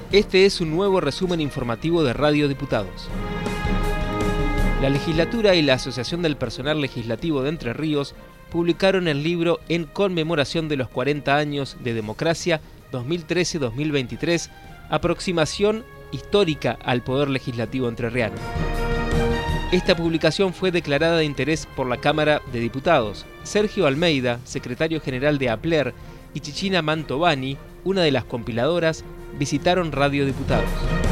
Este es un nuevo resumen informativo de Radio Diputados. La legislatura y la Asociación del Personal Legislativo de Entre Ríos publicaron el libro En conmemoración de los 40 años de democracia 2013-2023, aproximación histórica al poder legislativo entrerriano. Esta publicación fue declarada de interés por la Cámara de Diputados. Sergio Almeida, secretario general de APLER, y Chichina Mantovani, una de las compiladoras, visitaron Radio Diputados.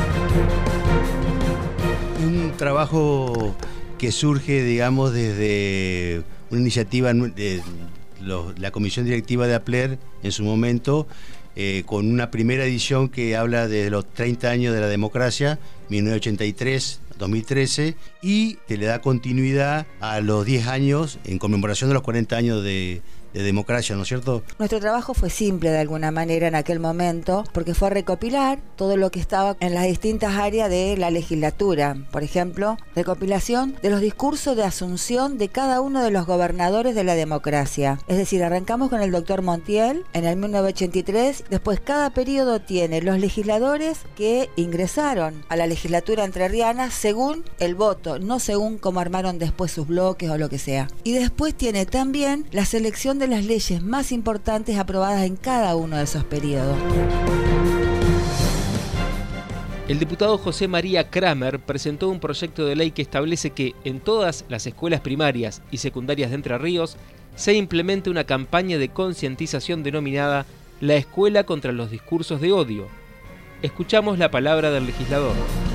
Un trabajo que surge, digamos, desde una iniciativa de la Comisión Directiva de APLER en su momento, con una primera edición que habla de los 30 años de la democracia, 1983-2013, y que le da continuidad a los 10 años en conmemoración de los 40 años de democracia, ¿no es cierto? Nuestro trabajo fue simple de alguna manera en aquel momento, porque fue recopilar todo lo que estaba en las distintas áreas de la legislatura. Por ejemplo, recopilación de los discursos de asunción de cada uno de los gobernadores de la democracia. Es decir, arrancamos con el doctor Montiel en el 1983, después cada periodo tiene los legisladores que ingresaron a la legislatura entrerriana según el voto, no según cómo armaron después sus bloques o lo que sea. Y después tiene también la selección de las leyes más importantes aprobadas en cada uno de esos periodos. El diputado José María Kramer presentó un proyecto de ley que establece que en todas las escuelas primarias y secundarias de Entre Ríos se implemente una campaña de concientización denominada La Escuela contra los Discursos de Odio. Escuchamos la palabra del legislador.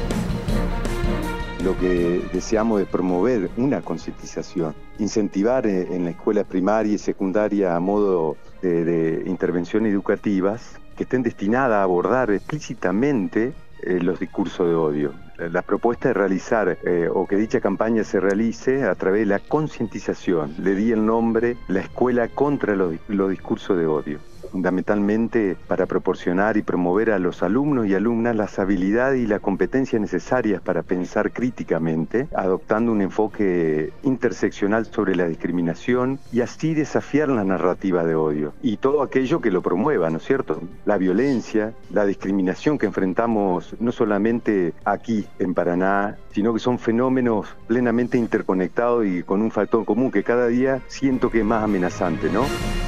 Lo que deseamos es promover una concientización, incentivar en la escuela primaria y secundaria a modo de intervención educativas que estén destinadas a abordar explícitamente los discursos de odio. La propuesta es realizar o que dicha campaña se realice a través de la concientización. Le di el nombre La Escuela contra los Discursos de Odio, fundamentalmente para proporcionar y promover a los alumnos y alumnas las habilidades y las competencias necesarias para pensar críticamente, adoptando un enfoque interseccional sobre la discriminación y así desafiar la narrativa de odio y todo aquello que lo promueva, ¿no es cierto? La violencia, la discriminación que enfrentamos no solamente aquí en Paraná, sino que son fenómenos plenamente interconectados y con un factor común que cada día siento que es más amenazante, ¿no?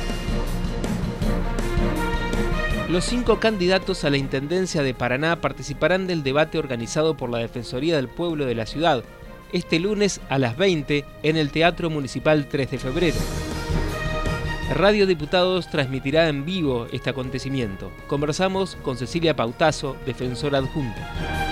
Los 5 candidatos a la Intendencia de Paraná participarán del debate organizado por la Defensoría del Pueblo de la ciudad, este lunes a las 20 en el Teatro Municipal 3 de febrero. Radio Diputados transmitirá en vivo este acontecimiento. Conversamos con Cecilia Pautazo, defensora adjunta.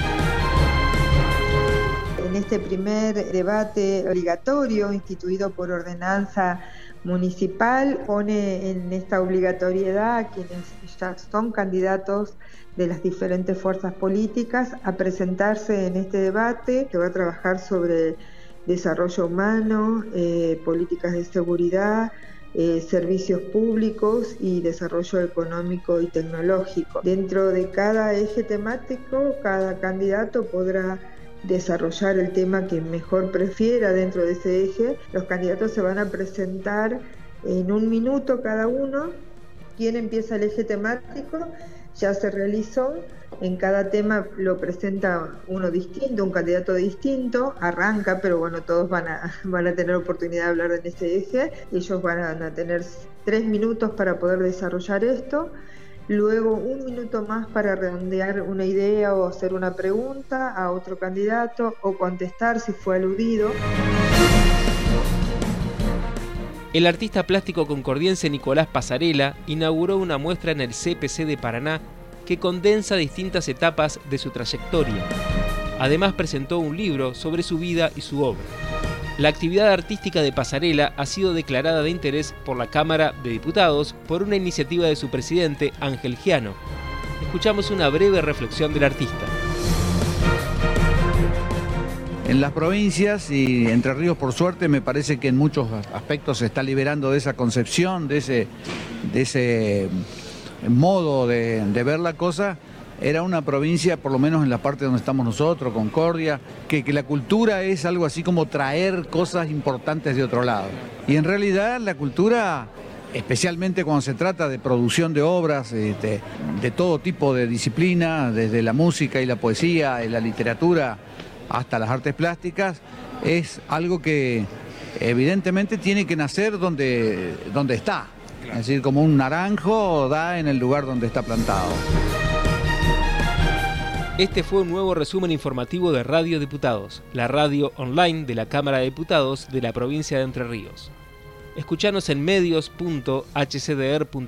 En este primer debate obligatorio instituido por ordenanza municipal, pone en esta obligatoriedad a quienes ya son candidatos de las diferentes fuerzas políticas a presentarse en este debate que va a trabajar sobre desarrollo humano, políticas de seguridad, servicios públicos y desarrollo económico y tecnológico. Dentro de cada eje temático, cada candidato podrá desarrollar el tema que mejor prefiera dentro de ese eje. Los candidatos se van a presentar en 1 minuto cada uno. ¿Quién empieza el eje temático? Ya se realizó. En cada tema lo presenta uno distinto, un candidato distinto. Arranca, pero bueno, todos van a tener oportunidad de hablar en ese eje. Ellos van a tener 3 minutos para poder desarrollar esto. Luego 1 minuto más para redondear una idea o hacer una pregunta a otro candidato o contestar si fue aludido. El artista plástico concordiense Nicolás Pasarela inauguró una muestra en el CPC de Paraná que condensa distintas etapas de su trayectoria. Además presentó un libro sobre su vida y su obra. La actividad artística de Pasarela ha sido declarada de interés por la Cámara de Diputados por una iniciativa de su presidente Ángel Giano. Escuchamos una breve reflexión del artista. En las provincias y Entre Ríos, por suerte, me parece que en muchos aspectos se está liberando de esa concepción, de ese modo de ver la cosa. Era una provincia, por lo menos en la parte donde estamos nosotros, Concordia, que la cultura es algo así como traer cosas importantes de otro lado. Y en realidad la cultura especialmente cuando se trata de producción de obras de todo tipo de disciplina, desde la música y la poesía y la literatura hasta las artes plásticas, es algo que evidentemente tiene que nacer donde está. Es decir, como un naranjo da en el lugar donde está plantado. Este fue un nuevo resumen informativo de Radio Diputados, la radio online de la Cámara de Diputados de la provincia de Entre Ríos. Escuchanos en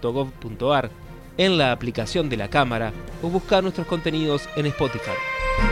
medios.hcdr.gov.ar, en la aplicación de la Cámara o buscar nuestros contenidos en Spotify.